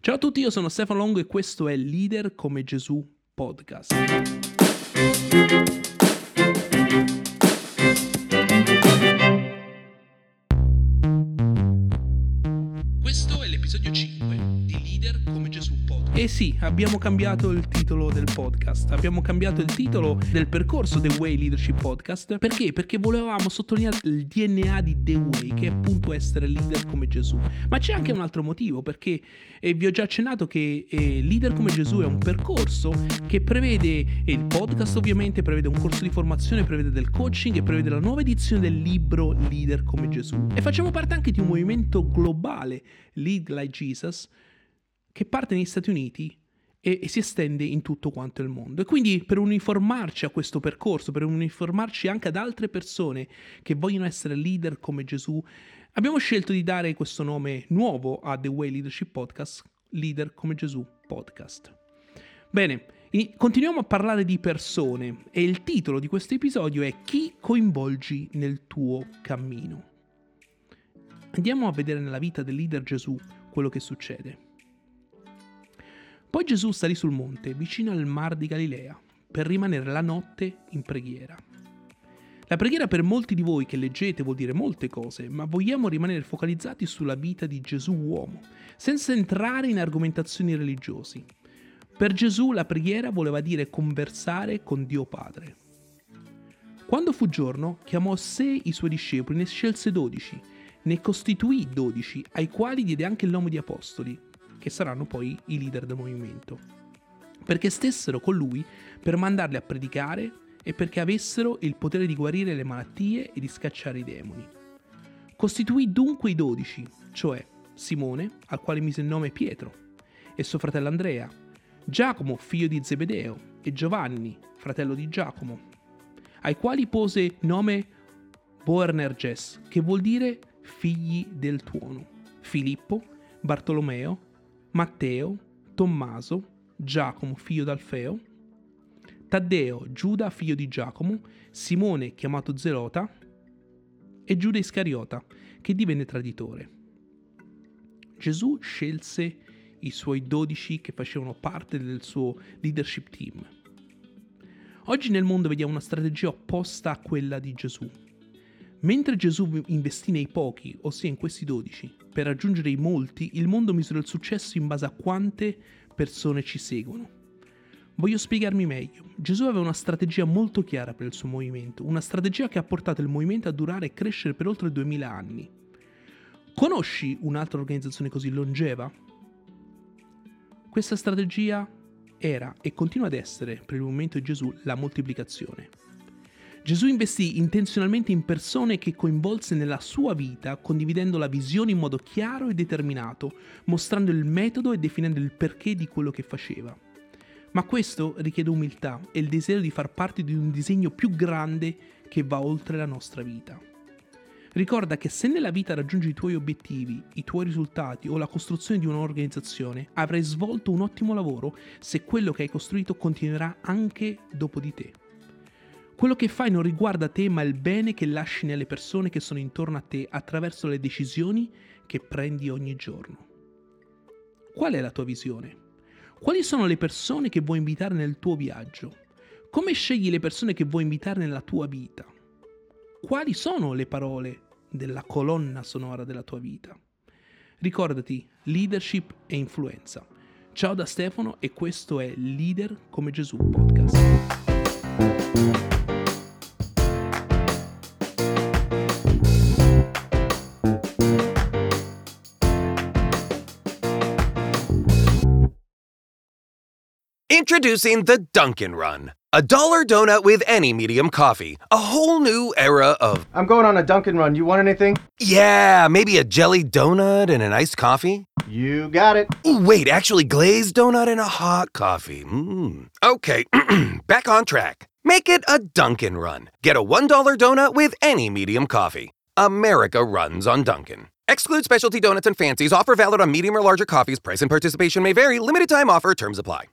Ciao a tutti, io sono Stefano Longo e questo è Leader come Gesù Podcast. Questo è l'episodio 5 di Leader come Gesù Podcast. E sì, abbiamo cambiato il titolo del podcast, abbiamo cambiato il titolo del percorso The Way Leadership Podcast. Perché? Perché volevamo sottolineare il DNA di The Way, che è appunto essere leader come Gesù. Ma c'è anche un altro motivo, perché vi ho già accennato che Leader come Gesù è un percorso che prevede il podcast, ovviamente, prevede un corso di formazione, prevede del coaching e prevede la nuova edizione del libro Leader come Gesù. E facciamo parte anche di un movimento globale, Lead Like Jesus, che parte negli Stati Uniti e si estende in tutto quanto il mondo. E quindi per uniformarci a questo percorso, per uniformarci anche ad altre persone che vogliono essere leader come Gesù, abbiamo scelto di dare questo nome nuovo a The Way Leadership Podcast, Leader come Gesù Podcast. Bene, continuiamo a parlare di persone e il titolo di questo episodio è Chi coinvolgi nel tuo cammino. Andiamo a vedere nella vita del leader Gesù quello che succede. Poi Gesù salì sul monte, vicino al mar di Galilea, per rimanere la notte in preghiera. La preghiera per molti di voi che leggete vuol dire molte cose, ma vogliamo rimanere focalizzati sulla vita di Gesù uomo, senza entrare in argomentazioni religiosi. Per Gesù la preghiera voleva dire conversare con Dio Padre. Quando fu giorno, chiamò a sé i suoi discepoli, ne scelse 12, ne costituì 12, ai quali diede anche il nome di apostoli, che saranno poi i leader del movimento, perché stessero con lui per mandarli a predicare e perché avessero il potere di guarire le malattie e di scacciare i demoni. Costituì dunque i 12, cioè Simone, al quale mise il nome Pietro, e suo fratello Andrea, Giacomo, figlio di Zebedeo, e Giovanni, fratello di Giacomo, ai quali pose nome Boanerges, che vuol dire figli del tuono, Filippo, Bartolomeo, Matteo, Tommaso, Giacomo, figlio d'Alfeo, Taddeo, Giuda, figlio di Giacomo, Simone, chiamato Zelota, e Giuda Iscariota, che divenne traditore. Gesù scelse i suoi 12 che facevano parte del suo leadership team. Oggi nel mondo vediamo una strategia opposta a quella di Gesù. Mentre Gesù investì nei pochi, ossia in questi 12, per raggiungere i molti, il mondo misura il successo in base a quante persone ci seguono. Voglio spiegarmi meglio. Gesù aveva una strategia molto chiara per il suo movimento, una strategia che ha portato il movimento a durare e crescere per oltre 2000 anni. Conosci un'altra organizzazione così longeva? Questa strategia era e continua ad essere, per il movimento di Gesù, la moltiplicazione. Gesù investì intenzionalmente in persone che coinvolse nella sua vita, condividendo la visione in modo chiaro e determinato, mostrando il metodo e definendo il perché di quello che faceva. Ma questo richiede umiltà e il desiderio di far parte di un disegno più grande che va oltre la nostra vita. Ricorda che se nella vita raggiungi i tuoi obiettivi, i tuoi risultati o la costruzione di un'organizzazione, avrai svolto un ottimo lavoro se quello che hai costruito continuerà anche dopo di te. Quello che fai non riguarda te, ma il bene che lasci nelle persone che sono intorno a te attraverso le decisioni che prendi ogni giorno. Qual è la tua visione? Quali sono le persone che vuoi invitare nel tuo viaggio? Come scegli le persone che vuoi invitare nella tua vita? Quali sono le parole della colonna sonora della tua vita? Ricordati, leadership e influenza. Ciao da Stefano e questo è Leader come Gesù Podcast. Introducing the Dunkin' Run, a $1 donut with any medium coffee, a whole new era of... I'm going on a Dunkin' Run. You want anything? Yeah, maybe a jelly donut and an iced coffee? You got it. Ooh, wait, actually glazed donut and a hot coffee. Okay, back on track. Make it a Dunkin' Run. Get a $1 donut with any medium coffee. America runs on Dunkin'. Exclude specialty donuts and fancies. Offer valid on medium or larger coffees. Price and participation may vary. Limited time offer. Terms apply.